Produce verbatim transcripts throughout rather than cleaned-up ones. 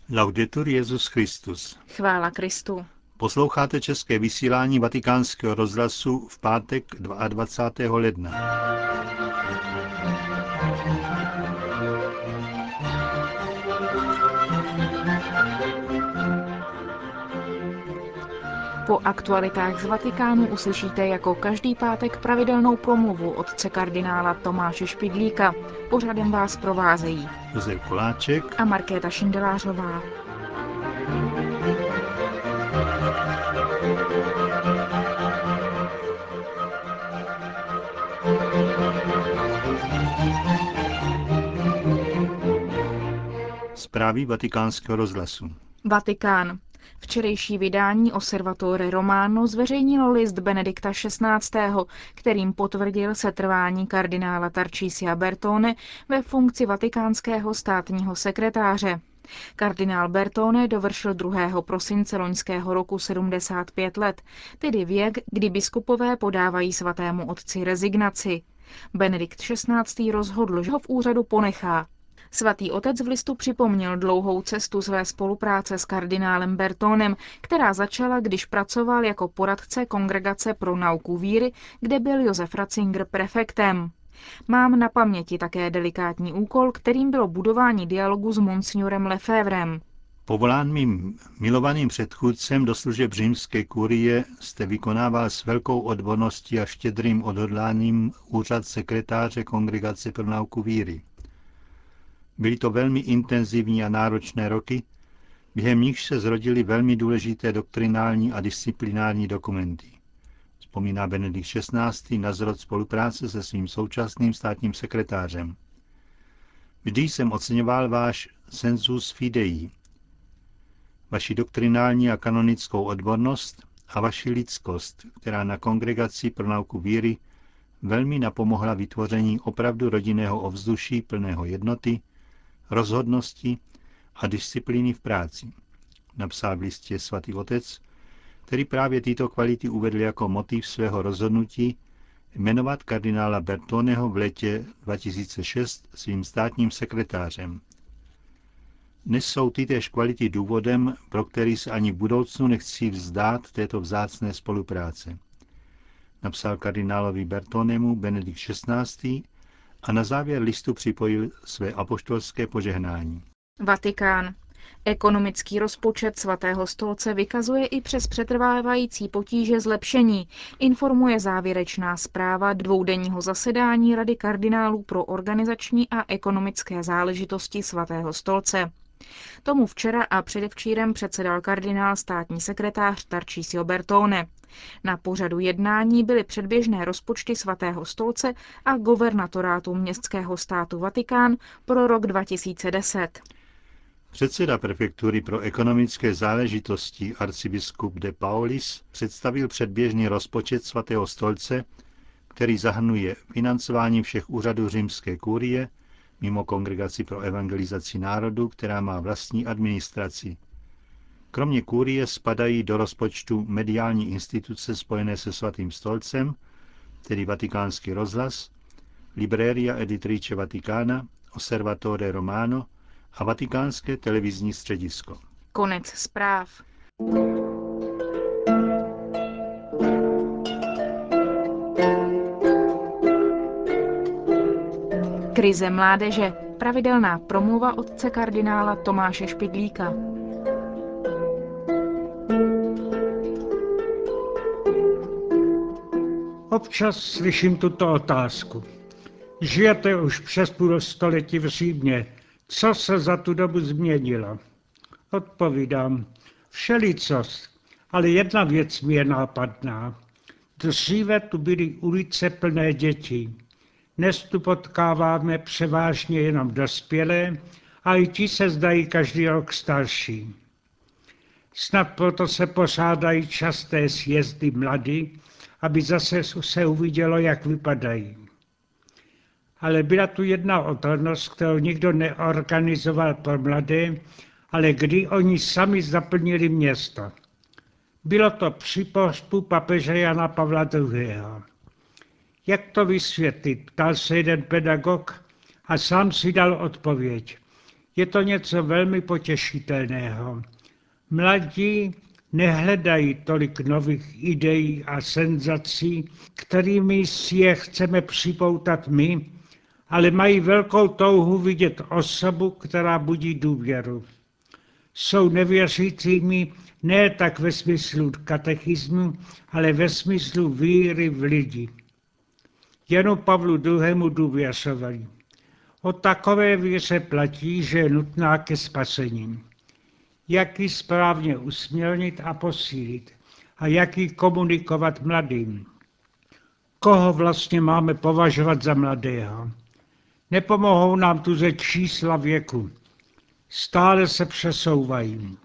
Laudetur Jesus Christus. Chvála Kristu. Posloucháte české vysílání Vatikánského rozhlasu v pátek dvacátého druhého ledna. Po aktualitách z Vatikánu uslyšíte jako každý pátek pravidelnou promluvu otce kardinála Tomáše Špidlíka. Pořadem vás provázejí Josef Koláček a Markéta Šindelářová. Zprávy Vatikánského rozhlasu. Vatikán. Včerejší vydání Osservatore Romano zveřejnilo list Benedikta šestnáctého., kterým potvrdil setrvání kardinála Tarcisia Bertone ve funkci vatikánského státního sekretáře. Kardinál Bertone dovršil druhého prosince loňského roku sedmdesát pět let, tedy věk, kdy biskupové podávají svatému otci rezignaci. Benedikt šestnáctý. Rozhodl, že ho v úřadu ponechá. Svatý otec v listu připomněl dlouhou cestu své spolupráce s kardinálem Bertonem, která začala, když pracoval jako poradce Kongregace pro nauku víry, kde byl Josef Ratzinger prefektem. Mám na paměti také delikátní úkol, kterým bylo budování dialogu s monsignorem Lefévrem. Povolán mým milovaným předchůdcem do služeb římské kurie jste vykonával s velkou odborností a štědrým odhodláním úřad sekretáře Kongregace pro nauku víry. Byly to velmi intenzivní a náročné roky, během nichž se zrodily velmi důležité doktrinální a disciplinární dokumenty. Vzpomíná Benedikt šestnáctý. na zrod spolupráce se svým současným státním sekretářem. Vždy jsem oceňoval váš sensus fidei, vaši doktrinální a kanonickou odbornost a vaši lidskost, která na Kongregaci pro nauku víry velmi napomohla vytvoření opravdu rodinného ovzduší plného jednoty, rozhodnosti a disciplíny v práci. Napsal v listě svatý otec, který právě tyto kvality uvedl jako motiv svého rozhodnutí jmenovat kardinála Bertoneho v létě dva tisíce šest svým státním sekretářem. Dnes jsou tytéž kvality důvodem, pro který se ani v budoucnu nechci vzdát této vzácné spolupráce. Napsal kardinálovi Bertonemu Benedikt šestnáctý. a na závěr listu připojil své apoštolské požehnání. Vatikán. Ekonomický rozpočet svatého stolce vykazuje i přes přetrvávající potíže zlepšení, informuje závěrečná zpráva dvoudenního zasedání Rady kardinálů pro organizační a ekonomické záležitosti svatého stolce. Tomu včera a předevčírem předsedal kardinál státní sekretář Tarcisio Bertone. Na pořadu jednání byly předběžné rozpočty svatého stolce a guvernatorátu městského státu Vatikán pro rok dva tisíce deset. Předseda prefektury pro ekonomické záležitosti arcibiskup de Paulis představil předběžný rozpočet svatého stolce, který zahrnuje financování všech úřadů římské kurie, mimo Kongregaci pro evangelizaci národu, která má vlastní administraci. Kromě kurie spadají do rozpočtu mediální instituce spojené se svatým stolcem, tedy Vatikánský rozhlas, Libreria Editrice Vaticana, Osservatore Romano a Vatikánské televizní středisko. Konec zpráv. Krize mládeže. Pravidelná promluva otce kardinála Tomáše Špidlíka. Občas slyším tuto otázku. Žijete už přes půl století v Římě. Co se za tu dobu změnilo? Odpovídám, všelicost, ale jedna věc mi je nápadná. Dříve tu byly ulice plné dětí. Dnes tu potkáváme převážně jenom dospělé a i ti se zdají každý rok starší. Snad proto se pořádají časté sjezdy mladí, aby zase se uvidělo, jak vypadají. Ale byla tu jedna okolnost, kterou nikdo neorganizoval pro mladé, ale kdy oni sami zaplnili město. Bylo to při pohřbu papeže Jana Pavla druhého. Jak to vysvětlit, ptal se jeden pedagog a sám si dal odpověď. Je to něco velmi potěšitelného. Mladí nehledají tolik nových ideí a senzací, kterými si je chceme připoutat my, ale mají velkou touhu vidět osobu, která budí důvěru. Jsou nevěřícími ne tak ve smyslu katechismu, ale ve smyslu víry v lidi. Janu Pavlu druhému důvěřovali. O takové víře platí, že je nutná ke spasení. Jak ji správně usměrnit a posílit a jak ji komunikovat mladým. Koho vlastně máme považovat za mladého? Nepomohou nám tu ze čísla věku. Stále se přesouvají.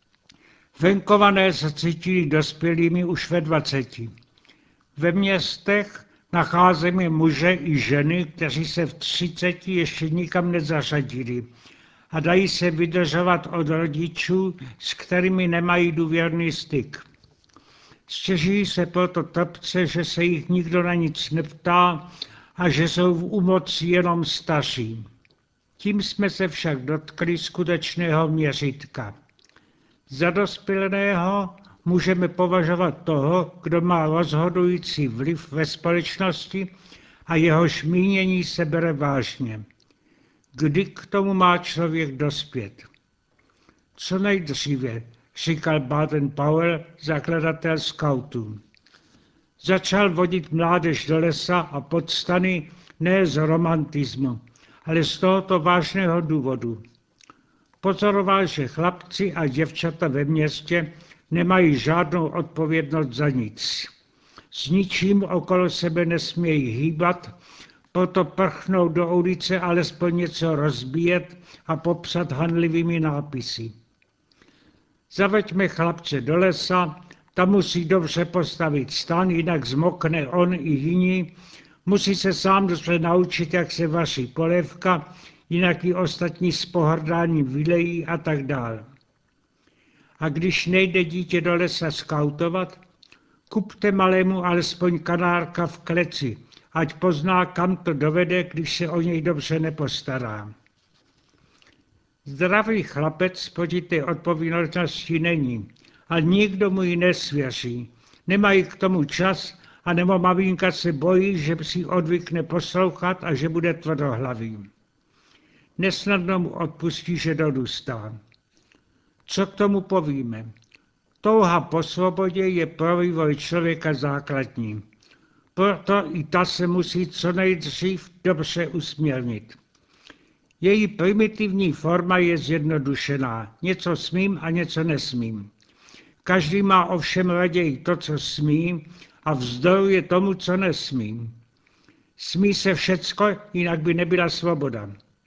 Venkované se cítili dospělými už ve dvaceti. Ve městech nacházíme muže i ženy, kteří se v třiceti ještě nikam nezařadili a dají se vydržovat od rodičů, s kterými nemají důvěrný styk. Stěžují se proto trpce, že se jich nikdo na nic neptá a že jsou v úmoci jenom staří. Tím jsme se však dotkli skutečného měřítka. Za dospělého můžeme považovat toho, kdo má rozhodující vliv ve společnosti a jehož mínění se bere vážně. Kdy k tomu má člověk dospět? Co nejdříve, říkal Baden-Powell, zakladatel skautů. Začal vodit mládež do lesa a pod stany ne z romantismu, ale z tohoto vážného důvodu. Pozoroval, že chlapci a děvčata ve městě nemají žádnou odpovědnost za nic. S ničím okolo sebe nesmějí hýbat, proto prchnou do ulice alespoň něco rozbíjet a popsat hanlivými nápisy. Zaveďme chlapce do lesa, tam musí dobře postavit stan, jinak zmokne on i jiní, musí se sám dobře naučit, jak se vaří polévka, jinak i ostatní s pohrdáním vylejí a tak dále. A když nejde dítě do lesa skautovat, kupte malému alespoň kanárka v kleci, ať pozná, kam to dovede, když se o něj dobře nepostará. Zdravý chlapec proti té odpovědnosti není, a nikdo mu ji nesvěří. Nemají k tomu čas, anebo maminka se bojí, že si odvykne poslouchat a že bude tvrdohlavý. Nesnadno mu odpustí, že dorůstá. Co k tomu povíme? Touha po svobodě je pro vývoj člověka základní. Proto i ta se musí co nejdřív dobře usměrnit. Její primitivní forma je zjednodušená. Něco smím a něco nesmím. Každý má ovšem raději to, co smí, a vzdoruje tomu, co nesmí. Smí se všecko, jinak by nebyla svoboda.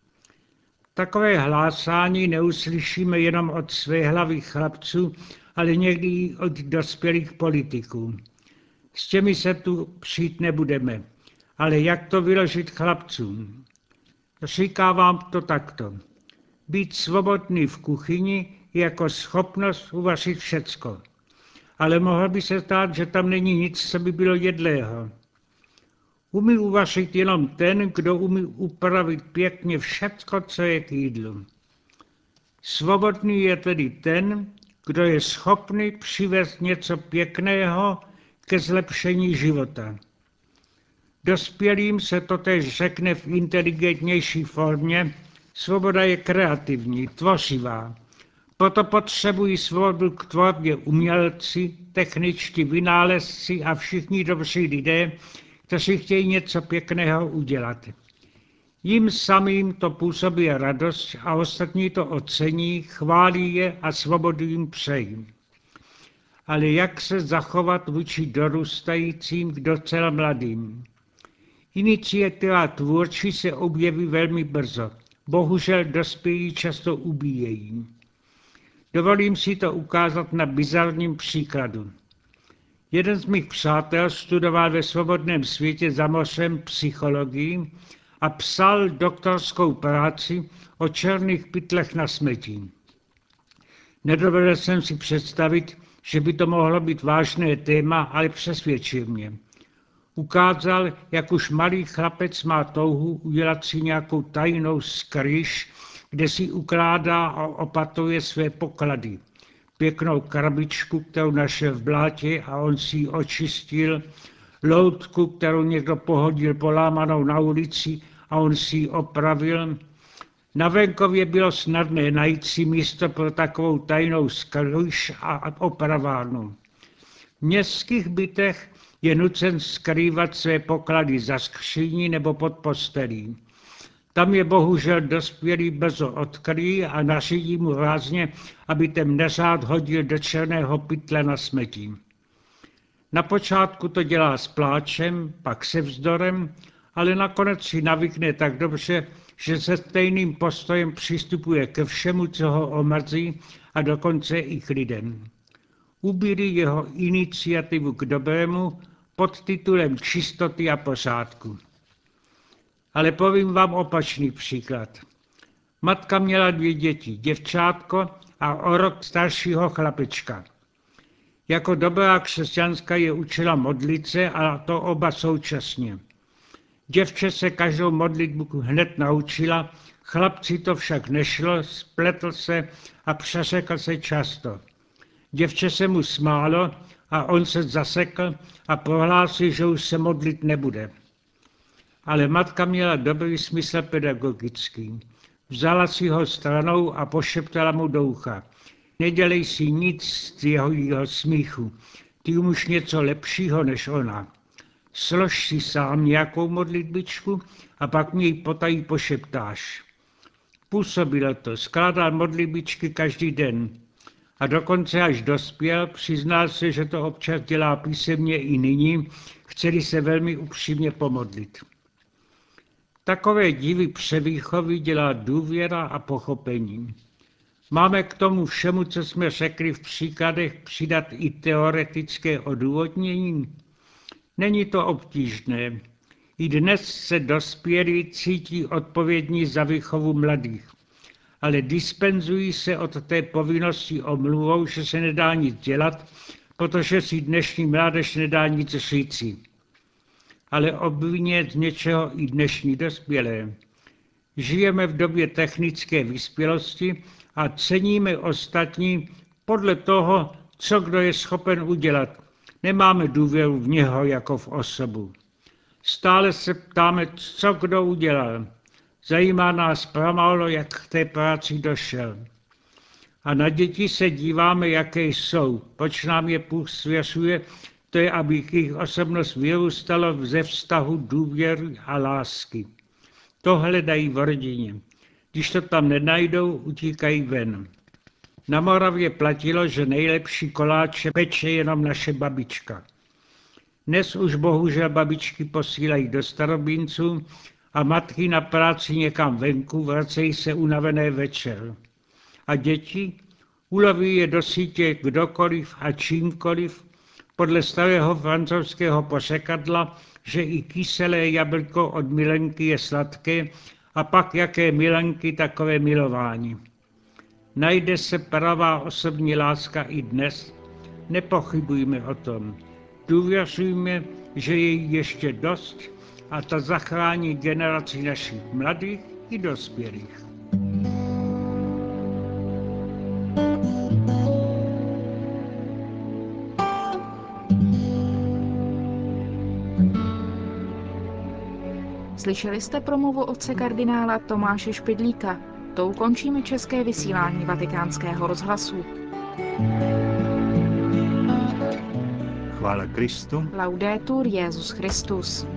Takové hlásání neuslyšíme jenom od svéhlavých chlapců, ale někdy i od dospělých politiků. S těmi se tu přijít nebudeme, ale jak to vyložit chlapcům? Říká vám to takto. Být svobodný v kuchyni je jako schopnost uvařit všecko. Ale mohlo by se stát, že tam není nic, co by bylo jedlého. Umí uvařit jenom ten, kdo umí upravit pěkně všecko, co je k jídlu. Svobodný je tedy ten, kdo je schopný přivést něco pěkného ke zlepšení života. Dospělým se totéž řekne v inteligentnější formě, svoboda je kreativní, tvořivá. Proto potřebují svobodu k tvorbě umělci, techničtí vynálezci a všichni dobří lidé, kteří chtějí něco pěkného udělat. Jim samým to působí radost a ostatní to ocení, chválí je a svobodu jim přejí. Ale jak se zachovat vůči dorůstajícím k docela mladým? Iniciativa tvůrčí se objeví velmi brzo. Bohužel dospělí často ubíjejí. Dovolím si to ukázat na bizarním příkladu. Jeden z mých přátel studoval ve svobodném světě za mořem psychologii a psal doktorskou práci o černých pytlech na smetí. Nedovedl jsem si představit, že by to mohlo být vážné téma, ale přesvědčil mě. Ukázal, jak už malý chlapec má touhu udělat si nějakou tajnou skrýš, kde si ukládá a opatuje své poklady. Pěknou krabičku, kterou našel v blátě a on si ji očistil, loutku, kterou někdo pohodil polámanou na ulici a on si ji opravil. Na venkově bylo snadné najít si místo pro takovou tajnou skrýš a opravárnu. V městských bytech je nucen skrývat své poklady za skříní nebo pod postelí. Tam je bohužel dospělý brzo odkryjí a nařídí mu rázně, aby ten neřád hodil do černého pytle na smetí. Na počátku to dělá s pláčem, pak se vzdorem, ale nakonec si navykne tak dobře, že se stejným postojem přistupuje ke všemu, co ho omrzí, a dokonce i k lidem. Ubírí jeho iniciativu k dobrému pod titulem čistoty a pořádku. Ale povím vám opačný příklad. Matka měla dvě děti, děvčátko a o rok staršího chlapečka. Jako dobrá křesťanka je učila modlit se, a to oba současně. Děvče se každou modlitbu hned naučila, chlapci to však nešlo, spletl se a přeřekl se často. Děvče se mu smálo a on se zasekl a prohlásil, že už se modlit nebude. Ale matka měla dobrý smysl pedagogický. Vzala si ho stranou a pošeptala mu do ucha. Nedělej si nic z jeho, jeho smíchu, ty už něco lepšího než ona. Slož si sám nějakou modlitbičku a pak mi ji potají pošeptáš. Působilo to, skládal modlitbičky každý den. A dokonce až dospěl, přiznal se, že to občas dělá písemně i nyní, chce-li se velmi upřímně pomodlit. Takové divy převýchovy dělá důvěra a pochopení. Máme k tomu všemu, co jsme řekli v příkladech, přidat i teoretické odůvodnění? Není to obtížné. I dnes se dospělí cítí odpovědní za výchovu mladých, ale dispenzují se od té povinnosti omluvou, že se nedá nic dělat, protože si dnešní mládež nedá nic říci. Ale obvinět z něčeho i dnešní dospělé. Žijeme v době technické vyspělosti a ceníme ostatní podle toho, co kdo je schopen udělat. Nemáme důvěru v něho jako v osobu. Stále se ptáme, co kdo udělal. Zajímá nás pramálo, jak k té práci došel. A na děti se díváme, jaké jsou. Proč nám je Bůh svěřuje, to je, aby jejich osobnost vyrůstalo ze vztahu důvěry a lásky. To hledají v rodině. Když to tam nenajdou, utíkají ven. Na Moravě platilo, že nejlepší koláče peče jenom naše babička. Dnes už bohužel babičky posílají do starobínců a matky na práci někam venku, vracejí se unavené večer. A děti? Uloví je do sítě kdokoliv a čímkoliv, podle starého francouzského pořekadla, že i kyselé jablko od milenky je sladké, a pak jaké milenky, takové milování. Najde se pravá osobní láska i dnes? Nepochybujme o tom. Důvěřujme, že je jí ještě dost a ta zachrání generaci našich mladých i dospělých. Slyšeli jste promluvu otce kardinála Tomáše Špidlíka. Tou končíme české vysílání Vatikánského rozhlasu. Chvála Kristu. Laudetur Jesus Christus.